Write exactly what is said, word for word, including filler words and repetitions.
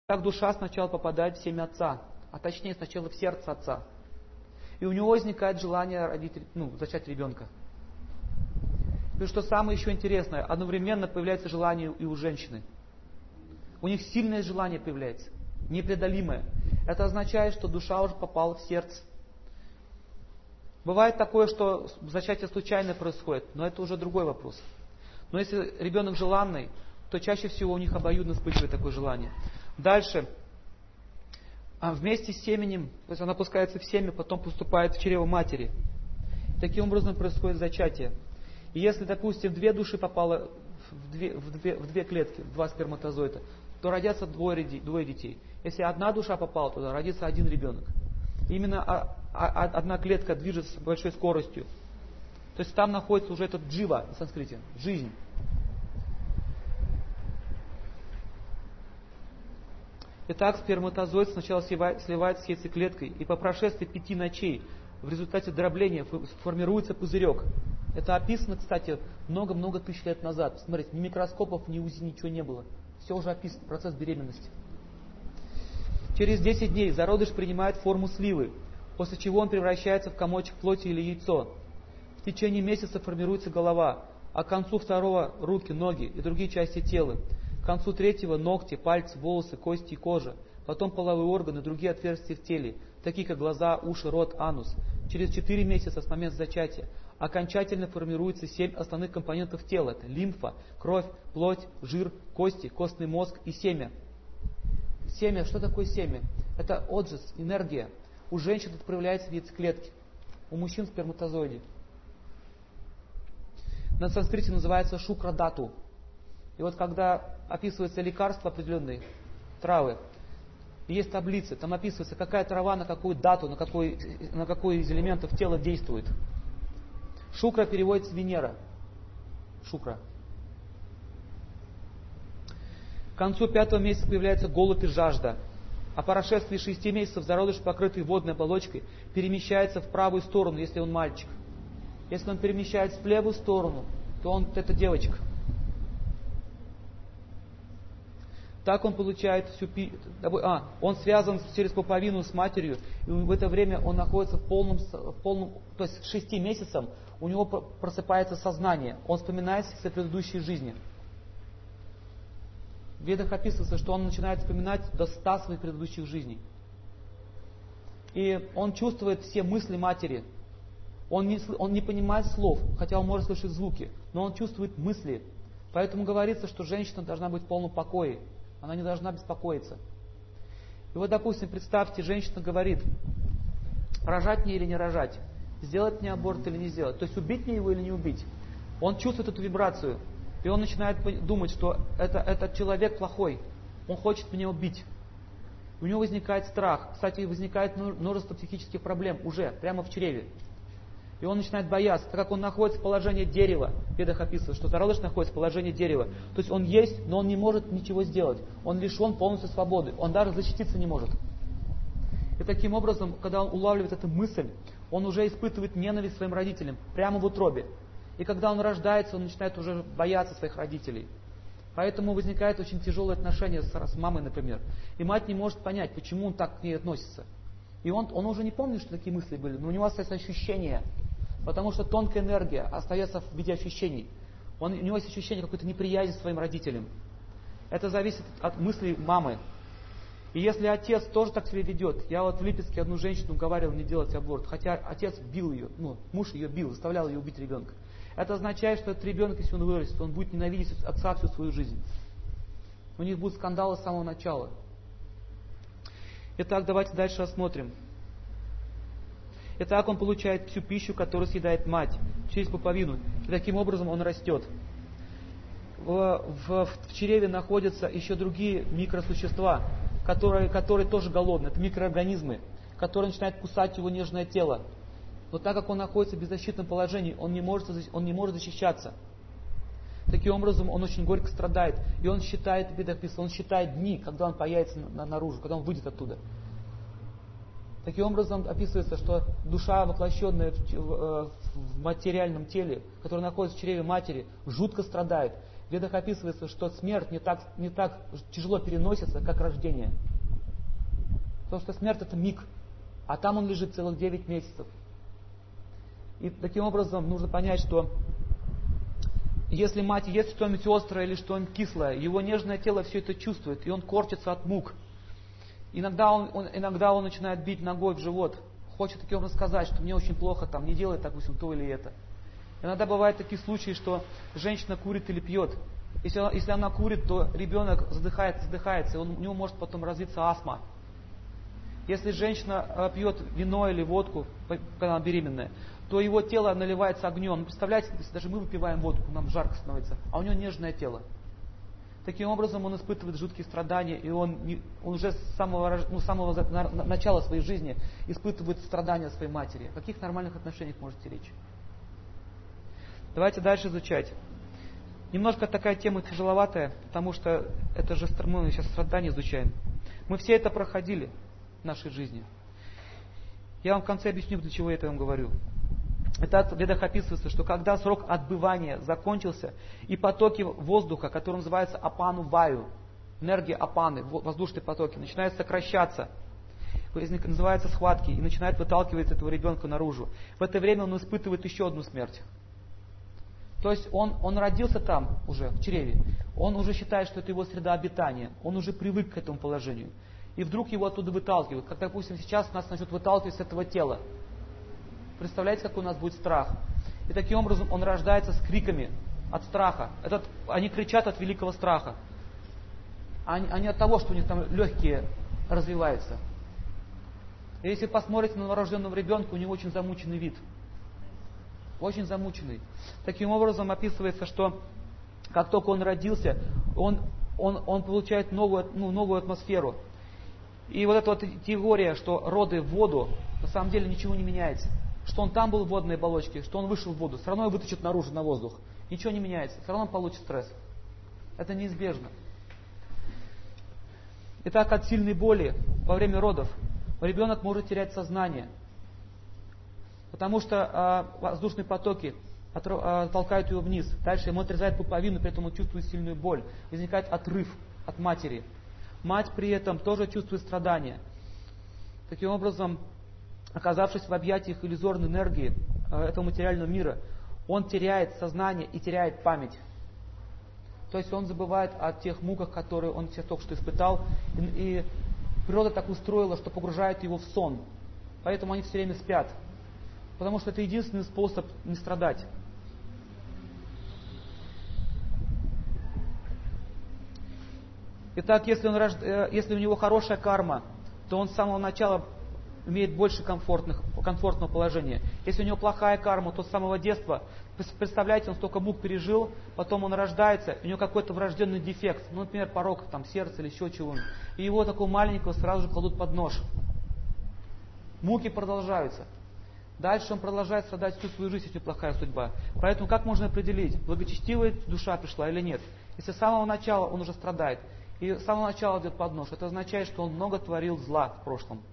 Так душа сначала попадает в семя отца, а точнее сначала в сердце отца. И у него возникает желание родить, ну, зачать ребенка. И что самое еще интересное, одновременно появляется желание и у женщины. У них сильное желание появляется, непреодолимое. Это означает, что душа уже попала в сердце. Бывает такое, что зачатие случайно происходит, но это уже другой вопрос. Но если ребенок желанный, то чаще всего у них обоюдно вспыхивает такое желание. Дальше, вместе с семенем, то есть она опускается в семя, потом поступает в чрево матери. Таким образом происходит зачатие. И если, допустим, две души попало в две, в две, в две клетки, в два сперматозоида, то родятся двое, двое детей. Если одна душа попала туда, родится один ребенок. Именно одна клетка движется с большой скоростью. То есть там находится уже этот джива на санскрите, жизнь. Итак, сперматозоид сначала сливается с яйцеклеткой, и по прошествии пяти ночей в результате дробления формируется пузырек. Это описано, кстати, много-много тысяч лет назад. Смотрите, ни микроскопов, ни УЗИ, ничего не было. Все уже описано, процесс беременности. Через десять дней зародыш принимает форму сливы, после чего он превращается в комочек плоти или яйцо. В течение месяца формируется голова, а к концу второго – руки, ноги и другие части тела. К концу третьего – ногти, пальцы, волосы, кости и кожа. Потом половые органы и другие отверстия в теле, такие как глаза, уши, рот, анус. Через четыре месяца с момента зачатия окончательно формируется семь основных компонентов тела. Это лимфа, кровь, плоть, жир, кости, костный мозг и семя. Семя, что такое семя? Это отжиз, энергия. У женщин это проявляется в яйцеклетке, у мужчин в сперматозоиде. На санскрите называется шукрадату. И вот когда описываются лекарства определенные, травы, есть таблицы, там описывается, какая трава на какую дату, на какой, на какой из элементов тела действует. Шукра переводится Венера. Шукра. К концу пятого месяца появляется голод и жажда. А по прошествии шести месяцев зародыш, покрытый водной оболочкой, перемещается в правую сторону, если он мальчик. Если он перемещается в левую сторону, то он это девочка. Так он получает всю пи... а, он связан через пуповину с матерью, и в это время он находится в полном, в полном, то есть с шести месяцев у него просыпается сознание, он вспоминает все предыдущие жизни. В Ведах описывается, что он начинает вспоминать до ста своих предыдущих жизней. И он чувствует все мысли матери. Он не, он не понимает слов, хотя он может слышать звуки, но он чувствует мысли. Поэтому говорится, что женщина должна быть в полном покое. Она не должна беспокоиться. И вот, допустим, представьте, женщина говорит, рожать мне или не рожать, сделать мне аборт или не сделать, то есть убить мне его или не убить. Он чувствует эту вибрацию, и он начинает думать, что это, этот человек плохой, он хочет меня убить. У него возникает страх. Кстати, возникает множество психических проблем уже, прямо в чреве. И он начинает бояться, так как он находится в положении дерева. В Ведах описывается, что зародыш находится в положении дерева. То есть он есть, но он не может ничего сделать. Он лишен полностью свободы. Он даже защититься не может. И таким образом, когда он улавливает эту мысль, он уже испытывает ненависть к своим родителям, прямо в утробе. И когда он рождается, он начинает уже бояться своих родителей. Поэтому возникает очень тяжелое отношение с, с мамой, например. И мать не может понять, почему он так к ней относится. И он, он уже не помнит, что такие мысли были, но у него остается ощущение. Потому что тонкая энергия остается в виде ощущений. Он, у него есть ощущение какой-то неприязни к своим родителям. Это зависит от мыслей мамы. И если отец тоже так себя ведет, я вот в Липецке одну женщину уговаривал не делать аборт, хотя отец бил ее, ну, муж ее бил, заставлял ее убить ребенка. Это означает, что этот ребенок, если он вырастет, он будет ненавидеть отца всю свою жизнь. У них будут скандалы с самого начала. Итак, давайте дальше осмотрим. Итак, он получает всю пищу, которую съедает мать, через пуповину. И таким образом он растет. В, в, в чреве находятся еще другие микросущества, которые, которые тоже голодны. Это микроорганизмы, которые начинают кусать его нежное тело. Но так как он находится в беззащитном положении, он не может, он не может защищаться. Таким образом, он очень горько страдает. И он считает, он считает дни, когда он появится наружу, когда он выйдет оттуда. Таким образом, описывается, что душа, воплощенная в, в, в материальном теле, которая находится в чреве матери, жутко страдает. В Ведах описывается, что смерть не так, не так тяжело переносится, как рождение. Потому что смерть это миг, а там он лежит целых девять месяцев. И таким образом нужно понять, что если мать ест что-нибудь острое или что-нибудь кислое, его нежное тело все это чувствует, и он корчится от мук. Иногда он, он, иногда он начинает бить ногой в живот, хочет таким образом сказать, что мне очень плохо, там, не делай, допустим, то или это. Иногда бывают такие случаи, что женщина курит или пьет. Если она, если она курит, то ребенок задыхается, задыхается, и он, у него может потом развиться астма. Если женщина пьет вино или водку, когда она беременная, то его тело наливается огнем. Представляете, если даже мы выпиваем водку, нам жарко становится, а у него нежное тело. Таким образом он испытывает жуткие страдания, и он, не, он уже с самого, ну, самого на, начала своей жизни испытывает страдания своей матери. О каких нормальных отношениях может идти речь? Давайте дальше изучать. Немножко такая тема тяжеловатая, потому что это же мы сейчас страдания изучаем. Мы все это проходили в нашей жизни. Я вам в конце объясню, для чего я это вам говорю. Итак, в Ведах описывается, что когда срок отбывания закончился, и потоки воздуха, которые называются апану ваю, энергия апаны, воздушные потоки, начинают сокращаться, называются схватки, и начинает выталкивать этого ребенка наружу. В это время он испытывает еще одну смерть. То есть он, он родился там уже, в чреве, он уже считает, что это его среда обитания, он уже привык к этому положению. И вдруг его оттуда выталкивают, как, допустим, сейчас нас начнут выталкивать с этого тела. Представляете, какой у нас будет страх? И таким образом он рождается с криками от страха. Этот, они кричат от великого страха, а не, а не от того, что у них там легкие развиваются. И если посмотрите на новорожденного ребенка, у него очень замученный вид. Очень замученный. Таким образом описывается, что как только он родился, он, он, он получает новую, ну, новую атмосферу. И вот эта вот теория, что роды в воду, на самом деле ничего не меняется. Что он там был в водной оболочке, что он вышел в воду, все равно его вытащит наружу на воздух. Ничего не меняется, все равно он получит стресс. Это неизбежно. Итак, от сильной боли во время родов ребенок может терять сознание. Потому что а, воздушные потоки отро, а, толкают его вниз. Дальше ему отрезают пуповину, при этом он чувствует сильную боль. Возникает отрыв от матери. Мать при этом тоже чувствует страдания. Таким образом, оказавшись в объятиях иллюзорной энергии а, этого материального мира, он теряет сознание и теряет память. То есть он забывает о тех муках, которые он себе только что испытал. И, и природа так устроила, что погружает его в сон. Поэтому они все время спят. Потому что это единственный способ не страдать. Итак, если, он, если у него хорошая карма, то он с самого начала имеет больше комфортных, комфортного положения. Если у него плохая карма, то с самого детства, представляете, он столько мук пережил, потом он рождается, у него какой-то врожденный дефект, ну, например, порок там, сердца или еще чего-нибудь, и его такого маленького сразу же кладут под нож. Муки продолжаются. Дальше он продолжает страдать всю свою жизнь, если плохая судьба. Поэтому как можно определить, благочестивая душа пришла или нет? Если с самого начала он уже страдает, и с самого начала идет под нож, это означает, что он много творил зла в прошлом.